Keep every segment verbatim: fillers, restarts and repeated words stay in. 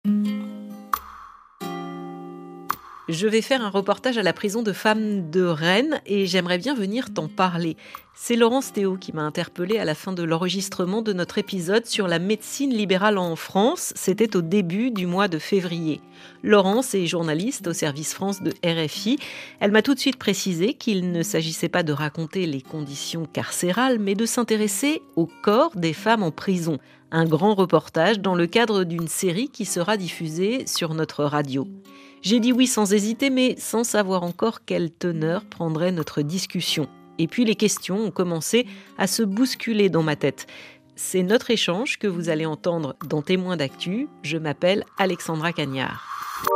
Je vais faire un reportage à la prison de femmes de Rennes et j'aimerais bien venir t'en parler. C'est Laurence Théo qui m'a interpellée à la fin de l'enregistrement de notre épisode sur la médecine libérale en France. C'était au début du mois de février. Laurence est journaliste au service France de R F I. Elle m'a tout de suite précisé qu'il ne s'agissait pas de raconter les conditions carcérales, mais de s'intéresser au corps des femmes en prison. Un grand reportage dans le cadre d'une série qui sera diffusée sur notre radio. J'ai dit oui sans hésiter, mais sans savoir encore quelle teneur prendrait notre discussion. Et puis les questions ont commencé à se bousculer dans ma tête. C'est notre échange que vous allez entendre dans Témoins d'actu. Je m'appelle Alexandra Cagnard.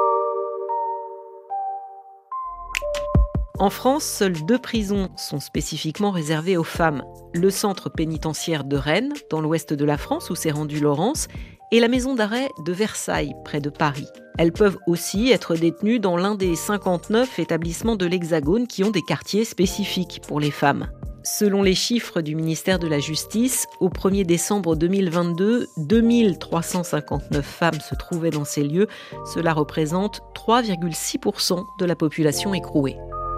En France, seules deux prisons sont spécifiquement réservées aux femmes. Le centre pénitentiaire de Rennes, dans l'ouest de la France, où s'est rendue Laurence, et la maison d'arrêt de Versailles, près de Paris. Elles peuvent aussi être détenues dans l'un des cinquante-neuf établissements de l'Hexagone qui ont des quartiers spécifiques pour les femmes. Selon les chiffres du ministère de la Justice, au premier décembre deux mille vingt-deux, deux mille trois cent cinquante-neuf femmes se trouvaient dans ces lieux. Cela représente trois virgule six pour cent de la population écrouée.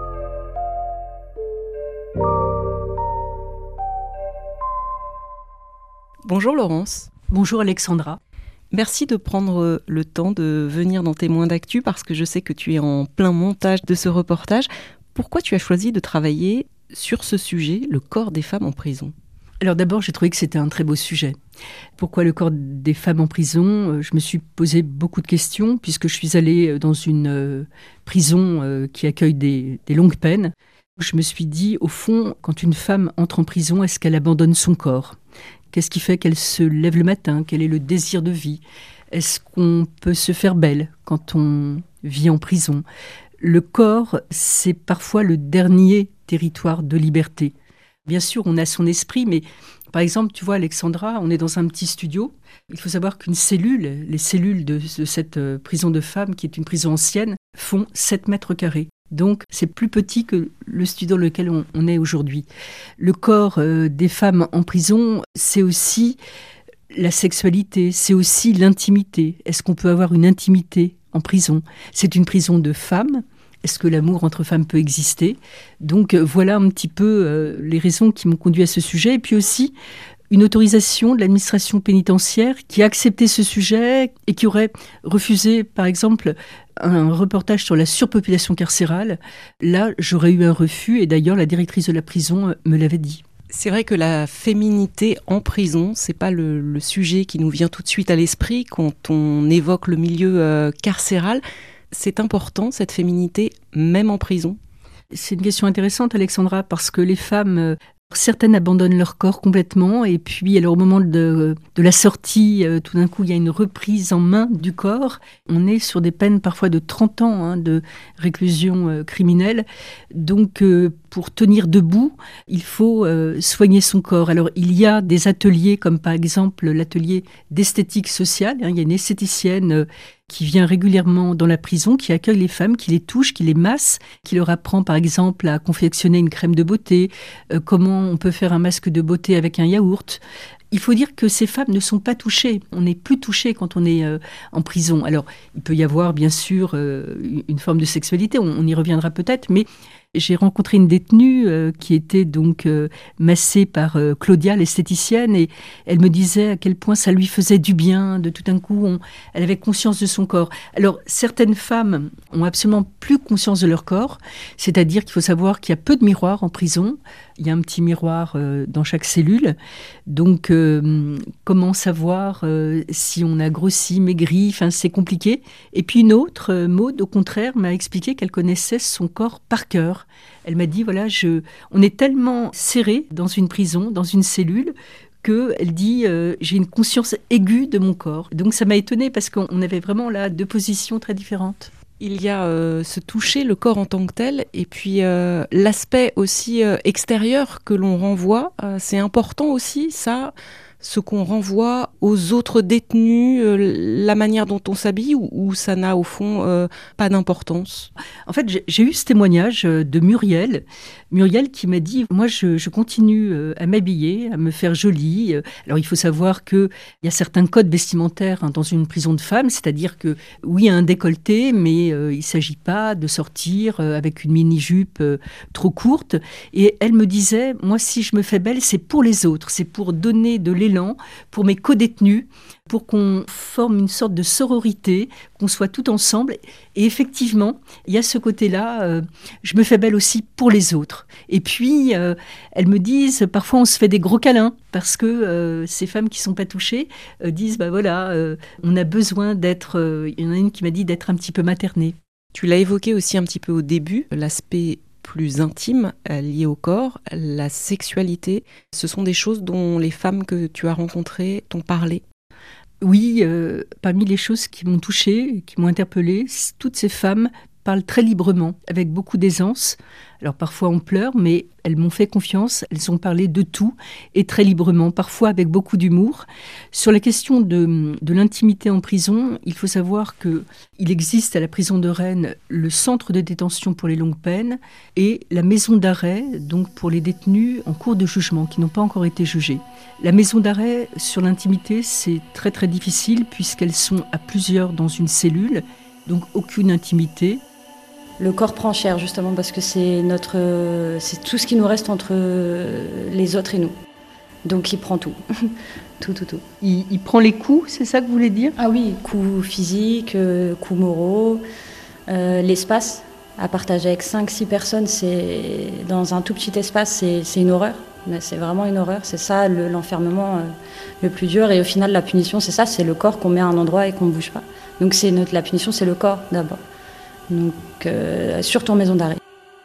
Bonjour Laurence. Bonjour Alexandra. Merci de prendre le temps de venir dans Témoins d'actu parce que je sais que tu es en plein montage de ce reportage. Pourquoi tu as choisi de travailler sur ce sujet, le corps des femmes en prison ? Alors d'abord, j'ai trouvé que c'était un très beau sujet. Pourquoi le corps des femmes en prison ? Je me suis posé beaucoup de questions puisque je suis allée dans une prison qui accueille des, des longues peines. Je me suis dit, au fond, quand une femme entre en prison, est-ce qu'elle abandonne son corps ? Qu'est-ce qui fait qu'elle se lève le matin ? Quel est le désir de vie ? Est-ce qu'on peut se faire belle quand on vit en prison ? Le corps, c'est parfois le dernier territoire de liberté. Bien sûr, on a son esprit, mais par exemple, tu vois, Alexandra, on est dans un petit studio. Il faut savoir qu'une cellule, les cellules de, de cette prison de femmes, qui est une prison ancienne, font sept mètres carrés. Donc, c'est plus petit que le studio dans lequel on, on est aujourd'hui. Le corps euh, des femmes en prison, c'est aussi la sexualité, c'est aussi l'intimité. Est-ce qu'on peut avoir une intimité en prison ? C'est une prison de femmes. Est-ce que l'amour entre femmes peut exister ? Donc, euh, voilà un petit peu euh, les raisons qui m'ont conduit à ce sujet. Et puis aussi, une autorisation de l'administration pénitentiaire qui a accepté ce sujet et qui aurait refusé, par exemple, un reportage sur la surpopulation carcérale. Là, j'aurais eu un refus et d'ailleurs, la directrice de la prison me l'avait dit. C'est vrai que la féminité en prison, c'est pas le, le sujet qui nous vient tout de suite à l'esprit quand on évoque le milieu euh, carcéral. C'est important, cette féminité, même en prison ? C'est une question intéressante, Alexandra, parce que les femmes... Euh, Certaines abandonnent leur corps complètement et puis alors, au moment de, de la sortie, euh, tout d'un coup, il y a une reprise en main du corps. On est sur des peines parfois de trente ans hein, de réclusion euh, criminelle. Donc, euh, pour tenir debout, il faut euh, soigner son corps. Alors, il y a des ateliers comme par exemple l'atelier d'esthétique sociale. Hein, il y a une esthéticienne euh, qui vient régulièrement dans la prison, qui accueille les femmes, qui les touche, qui les masse, qui leur apprend par exemple à confectionner une crème de beauté, euh, comment on peut faire un masque de beauté avec un yaourt. Il faut dire que ces femmes ne sont pas touchées. On n'est plus touché quand on est euh, en prison. Alors, il peut y avoir bien sûr euh, une forme de sexualité, on, on y reviendra peut-être, mais j'ai rencontré une détenue euh, qui était donc euh, massée par euh, Claudia, l'esthéticienne, et elle me disait à quel point ça lui faisait du bien, de tout d'un coup, on, elle avait conscience de son corps. Alors, certaines femmes ont absolument plus conscience de leur corps, c'est-à-dire qu'il faut savoir qu'il y a peu de miroirs en prison. Il y a un petit miroir euh, dans chaque cellule. Donc, euh, comment savoir euh, si on a grossi, maigri, enfin, c'est compliqué. Et puis une autre, euh, Maud, au contraire, m'a expliqué qu'elle connaissait son corps par cœur. Elle m'a dit, voilà, je, on est tellement serré dans une prison, dans une cellule, qu'elle dit, euh, j'ai une conscience aiguë de mon corps. Donc, ça m'a étonnée parce qu'on avait vraiment là deux positions très différentes. Il y a euh, se toucher le corps en tant que tel et puis euh, l'aspect aussi euh, extérieur que l'on renvoie, euh, c'est important aussi ça, ce qu'on renvoie aux autres détenus, euh, la manière dont on s'habille, ou, ou ça n'a au fond euh, pas d'importance? En fait, j'ai, j'ai eu ce témoignage de Muriel, Muriel qui m'a dit, moi je, je continue à m'habiller, à me faire jolie. Alors il faut savoir qu'il y a certains codes vestimentaires hein, dans une prison de femmes, c'est-à-dire que oui, il y a un décolleté, mais euh, il ne s'agit pas de sortir euh, avec une mini-jupe euh, trop courte. Et elle me disait, moi si je me fais belle, c'est pour les autres, c'est pour donner de l'élan, pour mes co-détenus, pour qu'on forme une sorte de sororité, qu'on soit tout ensemble. Et effectivement, il y a ce côté-là, euh, je me fais belle aussi pour les autres. Et puis, euh, elles me disent, parfois on se fait des gros câlins, parce que euh, ces femmes qui ne sont pas touchées euh, disent, bah voilà, euh, on a besoin d'être, euh, il y en a une qui m'a dit d'être un petit peu maternée. Tu l'as évoqué aussi un petit peu au début, l'aspect plus intime euh, lié au corps, la sexualité. Ce sont des choses dont les femmes que tu as rencontrées t'ont parlé? Oui, euh, parmi les choses qui m'ont touchée, qui m'ont interpellée, toutes ces femmes parlent très librement, avec beaucoup d'aisance. Alors parfois on pleure, mais elles m'ont fait confiance, elles ont parlé de tout et très librement, parfois avec beaucoup d'humour. Sur la question de, de l'intimité en prison, il faut savoir qu'il existe à la prison de Rennes le centre de détention pour les longues peines et la maison d'arrêt, donc pour les détenus en cours de jugement, qui n'ont pas encore été jugés. La maison d'arrêt sur l'intimité, c'est très très difficile puisqu'elles sont à plusieurs dans une cellule, donc aucune intimité. Le corps prend cher justement parce que c'est notre, c'est tout ce qui nous reste entre les autres et nous. Donc il prend tout, tout, tout, tout. Il, il prend les coups, c'est ça que vous voulez dire? Ah oui, coups physiques, coups moraux, euh, l'espace à partager avec cinq six personnes, c'est dans un tout petit espace, c'est, c'est une horreur. Mais c'est vraiment une horreur, c'est ça le, l'enfermement euh, le plus dur. Et au final, la punition, c'est ça, c'est le corps qu'on met à un endroit et qu'on ne bouge pas. Donc c'est notre, la punition, c'est le corps d'abord. Donc, euh, surtout en maison d'arrêt.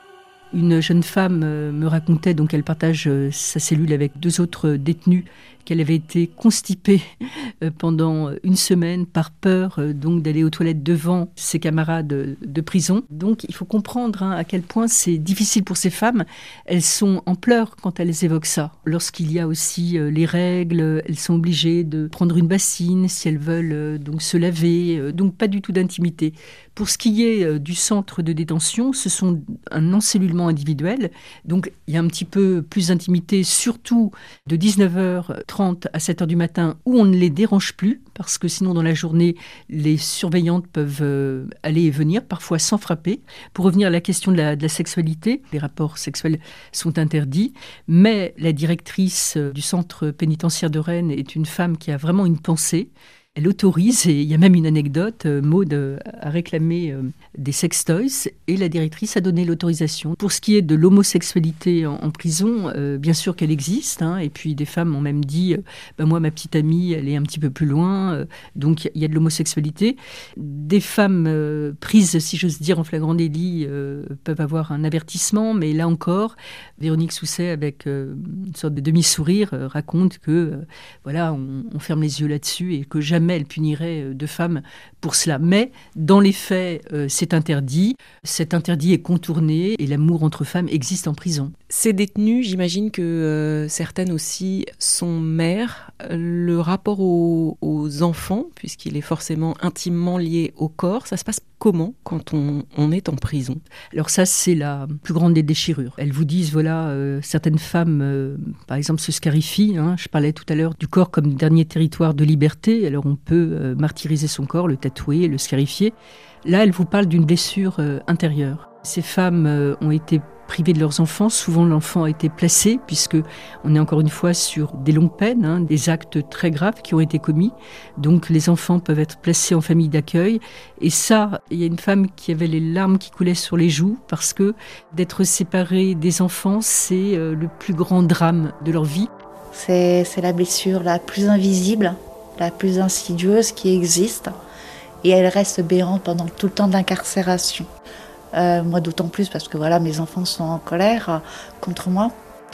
Une jeune femme euh, me racontait, donc elle partage euh, sa cellule avec deux autres détenus, qu'elle avait été constipée euh, pendant une semaine par peur euh, donc d'aller aux toilettes devant ses camarades de, de prison. Donc il faut comprendre hein, à quel point c'est difficile pour ces femmes. Elles sont en pleurs quand elles évoquent ça. Lorsqu'il y a aussi euh, les règles, elles sont obligées de prendre une bassine si elles veulent euh, donc se laver, euh, donc pas du tout d'intimité. Pour ce qui est euh, du centre de détention, ce sont un encellulement individuel, donc il y a un petit peu plus d'intimité, surtout de dix-neuf heures trente à sept heures du matin, où on ne les dérange plus, parce que sinon dans la journée, les surveillantes peuvent euh, aller et venir, parfois sans frapper. Pour revenir à la question de la, de la sexualité, les rapports sexuels sont interdits, mais la directrice euh, du centre pénitentiaire de Rennes est une femme qui a vraiment une pensée. Elle autorise, et il y a même une anecdote, euh, Maud euh, a réclamé euh, des sextoys et la directrice a donné l'autorisation. Pour ce qui est de l'homosexualité en, en prison, euh, bien sûr qu'elle existe, hein, et puis des femmes ont même dit euh, ben moi ma petite amie elle est un petit peu plus loin, euh, donc il y, y a de l'homosexualité. Des femmes euh, prises, si j'ose dire, en flagrant délit euh, peuvent avoir un avertissement, mais là encore, Véronique Sousset, avec euh, une sorte de demi-sourire, euh, raconte que euh, voilà, on, on ferme les yeux là-dessus et que jamais elle punirait de femmes pour cela. Mais dans les faits, euh, c'est interdit. Cet interdit est contourné et l'amour entre femmes existe en prison. Ces détenues, j'imagine que euh, certaines aussi sont mères. Le rapport aux, aux enfants, puisqu'il est forcément intimement lié au corps, ça se passe comment quand on, on est en prison? Alors ça, c'est la plus grande des déchirures. Elles vous disent, voilà, euh, certaines femmes, euh, par exemple, se scarifient. Hein, je parlais tout à l'heure du corps comme dernier territoire de liberté. Alors on peut euh, martyriser son corps, le tatouer, le scarifier. Là, elles vous parlent d'une blessure euh, intérieure. Ces femmes euh, ont été privées de leurs enfants. Souvent, l'enfant a été placé, puisque on est encore une fois sur des longues peines, hein, des actes très graves qui ont été commis. Donc, les enfants peuvent être placés en famille d'accueil. Et ça, il y a une femme qui avait les larmes qui coulaient sur les joues, parce que d'être séparée des enfants, c'est euh, le plus grand drame de leur vie. C'est, c'est la blessure la plus invisible, la plus insidieuse qui existe. Et elle reste béante pendant tout le temps de l'incarcération. Euh, moi d'autant plus parce que voilà, mes enfants sont en colère euh, contre moi.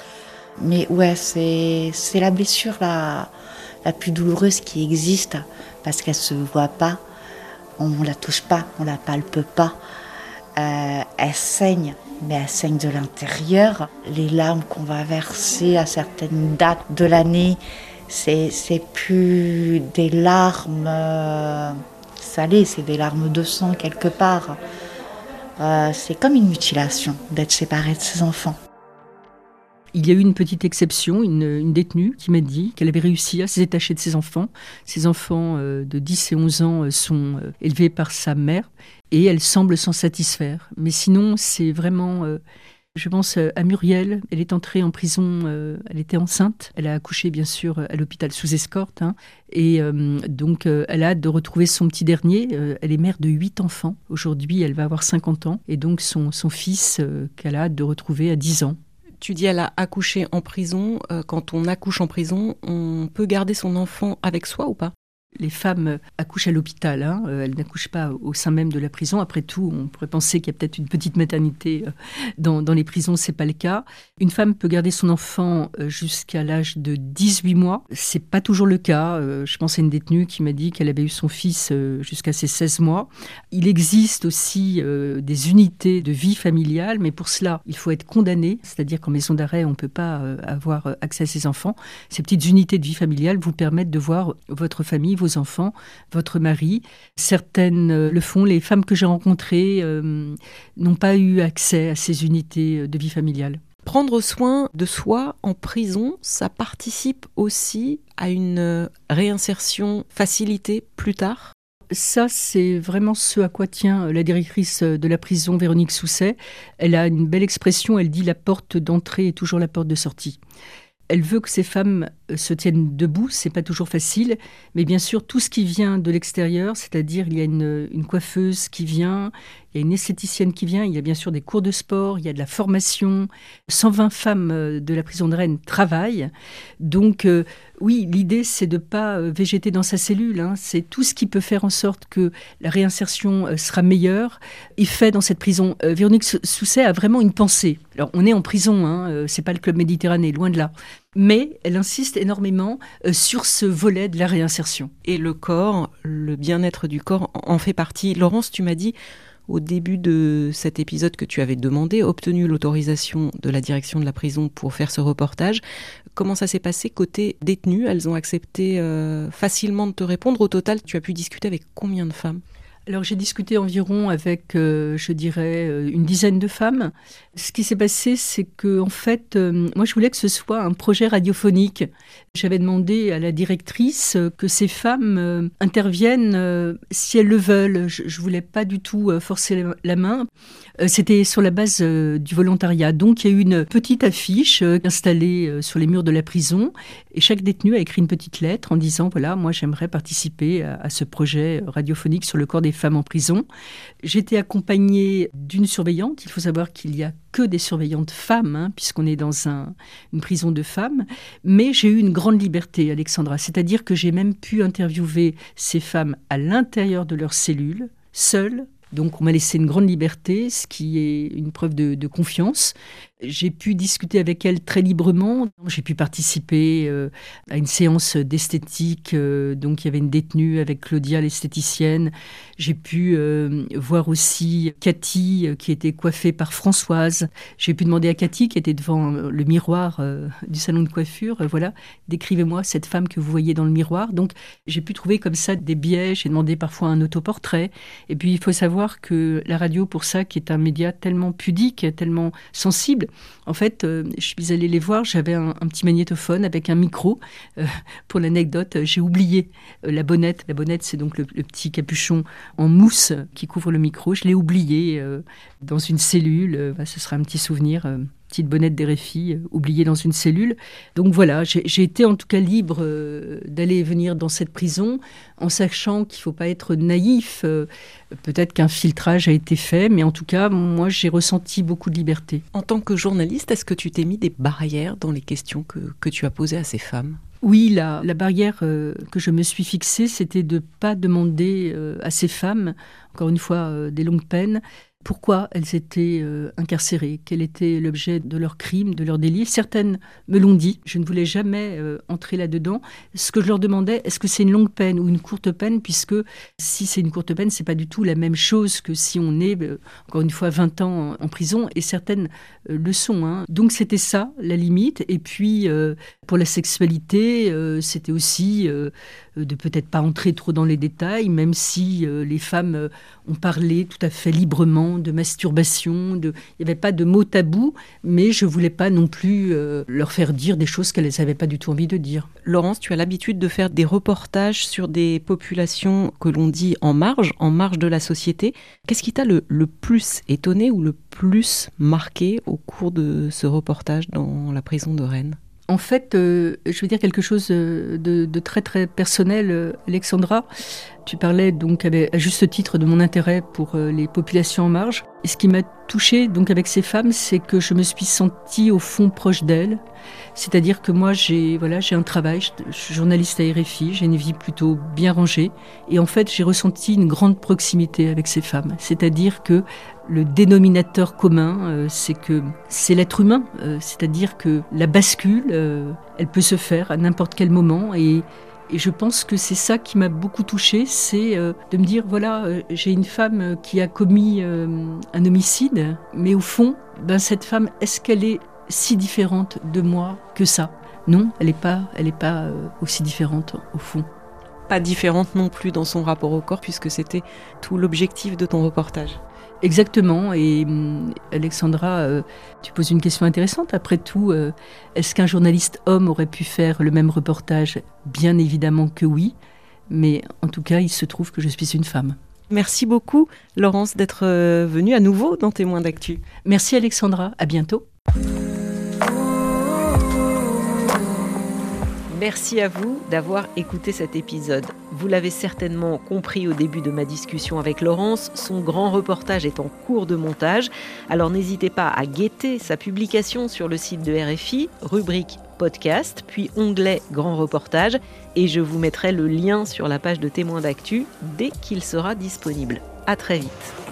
Mais ouais, c'est, c'est la blessure la, la plus douloureuse qui existe parce qu'elle ne se voit pas, on ne la touche pas, on ne la palpe pas. Euh, elle saigne, mais elle saigne de l'intérieur. Les larmes qu'on va verser à certaines dates de l'année, c'est, c'est plus des larmes euh, salées, c'est des larmes de sang quelque part. Euh, c'est comme une mutilation d'être séparé de ses enfants. Il y a eu une petite exception, une, une détenue qui m'a dit qu'elle avait réussi à se détacher de ses enfants. Ses enfants euh, de dix et onze ans euh, sont euh, élevés par sa mère et elle semble s'en satisfaire. Mais sinon, c'est vraiment... Euh, je pense à Muriel, elle est entrée en prison, euh, elle était enceinte, elle a accouché bien sûr à l'hôpital sous escorte, hein, et euh, donc euh, elle a hâte de retrouver son petit dernier, euh, elle est mère de huit enfants, aujourd'hui elle va avoir cinquante ans, et donc son, son fils euh, qu'elle a hâte de retrouver à dix ans. Tu dis elle a accouché en prison, euh, quand on accouche en prison, on peut garder son enfant avec soi ou pas ? Les femmes accouchent à l'hôpital, hein. Elles n'accouchent pas au sein même de la prison. Après tout, on pourrait penser qu'il y a peut-être une petite maternité dans, dans les prisons, c'est pas le cas. Une femme peut garder son enfant jusqu'à l'âge de dix-huit mois. C'est pas toujours le cas. Je pense à une détenue qui m'a dit qu'elle avait eu son fils jusqu'à ses seize mois. Il existe aussi des unités de vie familiale, mais pour cela, il faut être condamné. C'est-à-dire qu'en maison d'arrêt, on ne peut pas avoir accès à ses enfants. Ces petites unités de vie familiale vous permettent de voir votre famille, vos enfants, votre mari. Certaines le font. Les femmes que j'ai rencontrées euh, n'ont pas eu accès à ces unités de vie familiale. Prendre soin de soi en prison, ça participe aussi à une réinsertion facilitée plus tard ? Ça, c'est vraiment ce à quoi tient la directrice de la prison, Véronique Sousset. Elle a une belle expression, elle dit « la porte d'entrée est toujours la porte de sortie ». Elle veut que ces femmes se tiennent debout, c'est pas toujours facile, mais bien sûr tout ce qui vient de l'extérieur, c'est-à-dire il y a une, une coiffeuse qui vient, il y a une esthéticienne qui vient, il y a bien sûr des cours de sport, il y a de la formation. cent vingt femmes de la prison de Rennes travaillent, donc euh, oui, l'idée c'est de pas végéter dans sa cellule, hein. C'est tout ce qui peut faire en sorte que la réinsertion sera meilleure est fait dans cette prison. Euh, Véronique Sousset a vraiment une pensée. Alors on est en prison, hein, c'est pas le Club Méditerranée, loin de là. Mais elle insiste énormément euh, sur ce volet de la réinsertion. Et le corps, le bien-être du corps en fait partie. Laurence, tu m'as dit au début de cet épisode que tu avais demandé, obtenu l'autorisation de la direction de la prison pour faire ce reportage. Comment ça s'est passé côté détenues ? Elles ont accepté euh, facilement de te répondre. Au total, tu as pu discuter avec combien de femmes ? Alors j'ai discuté environ avec, euh, je dirais, euh, une dizaine de femmes. Ce qui s'est passé, c'est que en fait, euh, moi je voulais que ce soit un projet radiophonique. J'avais demandé à la directrice que ces femmes euh, interviennent euh, si elles le veulent. Je, je voulais pas du tout euh, forcer la main. Euh, c'était sur la base euh, du volontariat. Donc il y a eu une petite affiche euh, installée euh, sur les murs de la prison et chaque détenu a écrit une petite lettre en disant voilà, moi j'aimerais participer à, à ce projet radiophonique sur le corps des femmes en prison. J'étais accompagnée d'une surveillante. Il faut savoir qu'il n'y a que des surveillantes femmes, hein, puisqu'on est dans un, une prison de femmes. Mais j'ai eu une grande liberté, Alexandra. C'est-à-dire que j'ai même pu interviewer ces femmes à l'intérieur de leur cellule, seules. Donc on m'a laissé une grande liberté, ce qui est une preuve de, de confiance. J'ai pu discuter avec elles très librement. J'ai pu participer euh, à une séance d'esthétique. Euh, donc il y avait une détenue avec Claudia, l'esthéticienne. J'ai pu euh, voir aussi Cathy, euh, qui était coiffée par Françoise. J'ai pu demander à Cathy, qui était devant le miroir euh, du salon de coiffure, euh, voilà, décrivez-moi cette femme que vous voyez dans le miroir. Donc j'ai pu trouver comme ça des biais. J'ai demandé parfois un autoportrait. Et puis il faut savoir que la radio, pour ça, qui est un média tellement pudique, tellement sensible, en fait, euh, je suis allée les voir, j'avais un, un petit magnétophone avec un micro. Euh, pour l'anecdote, j'ai oublié euh, la bonnette. La bonnette, c'est donc le, le petit capuchon en mousse qui couvre le micro. Je l'ai oublié euh, dans une cellule. Euh, bah, ce sera un petit souvenir. Euh, petite bonnette des R F I, euh, oubliée dans une cellule. Donc voilà, j'ai, j'ai été en tout cas libre euh, d'aller et venir dans cette prison, en sachant qu'il ne faut pas être naïf. Euh, peut-être qu'un filtrage a été fait, mais en tout cas, moi, j'ai ressenti beaucoup de liberté. En tant que journaliste, est-ce que tu t'es mis des barrières dans les questions que, que tu as posées à ces femmes ? Oui, la, la barrière euh, que je me suis fixée, c'était de ne pas demander euh, à ces femmes, encore une fois, euh, des longues peines, pourquoi elles étaient euh, incarcérées, quel était l'objet de leur crime, de leur délit. Certaines me l'ont dit, je ne voulais jamais euh, entrer là-dedans. Ce que je leur demandais, est-ce que c'est une longue peine ou une courte peine, puisque si c'est une courte peine, c'est pas du tout la même chose que si on est, euh, encore une fois, vingt ans en prison, et certaines euh, le sont. Hein. Donc c'était ça, la limite. Et puis, euh, pour la sexualité, euh, c'était aussi euh, de peut-être pas entrer trop dans les détails, même si euh, les femmes euh, ont parlé tout à fait librement de masturbation, de... il n'y avait pas de mots tabous, mais je ne voulais pas non plus euh, leur faire dire des choses qu'elles n'avaient pas du tout envie de dire. Laurence, tu as l'habitude de faire des reportages sur des populations que l'on dit en marge, en marge de la société. Qu'est-ce qui t'a le, le plus étonné ou le plus marqué au cours de ce reportage dans la prison de Rennes ? En fait, euh, je vais dire quelque chose de, de très très personnel, euh, Alexandra. Tu parlais donc avec, à juste titre de mon intérêt pour euh, les populations en marge. Et ce qui m'a touchée donc avec ces femmes, c'est que je me suis sentie au fond proche d'elles. C'est-à-dire que moi, j'ai voilà, j'ai un travail, je suis journaliste à R F I, j'ai une vie plutôt bien rangée. Et en fait, j'ai ressenti une grande proximité avec ces femmes. C'est-à-dire que le dénominateur commun, euh, c'est que c'est l'être humain. Euh, c'est-à-dire que la bascule, euh, elle peut se faire à n'importe quel moment. Et, et je pense que c'est ça qui m'a beaucoup touchée, c'est euh, de me dire, voilà, euh, j'ai une femme qui a commis euh, un homicide, mais au fond, ben, cette femme, est-ce qu'elle est si différente de moi que ça? Non, elle n'est pas, elle est pas euh, aussi différente au fond. Pas différente non plus dans son rapport au corps, puisque c'était tout l'objectif de ton reportage. Exactement, et hum, Alexandra, euh, tu poses une question intéressante. Après tout, euh, est-ce qu'un journaliste homme aurait pu faire le même reportage? Bien évidemment que oui, mais en tout cas, il se trouve que je suis une femme. Merci beaucoup, Laurence, d'être venue à nouveau dans Témoins d'actu. Merci Alexandra, à bientôt. Merci à vous d'avoir écouté cet épisode. Vous l'avez certainement compris au début de ma discussion avec Laurence, son grand reportage est en cours de montage. Alors n'hésitez pas à guetter sa publication sur le site de R F I, rubrique podcast, puis onglet grand reportage. Et je vous mettrai le lien sur la page de Témoins d'actu dès qu'il sera disponible. À très vite.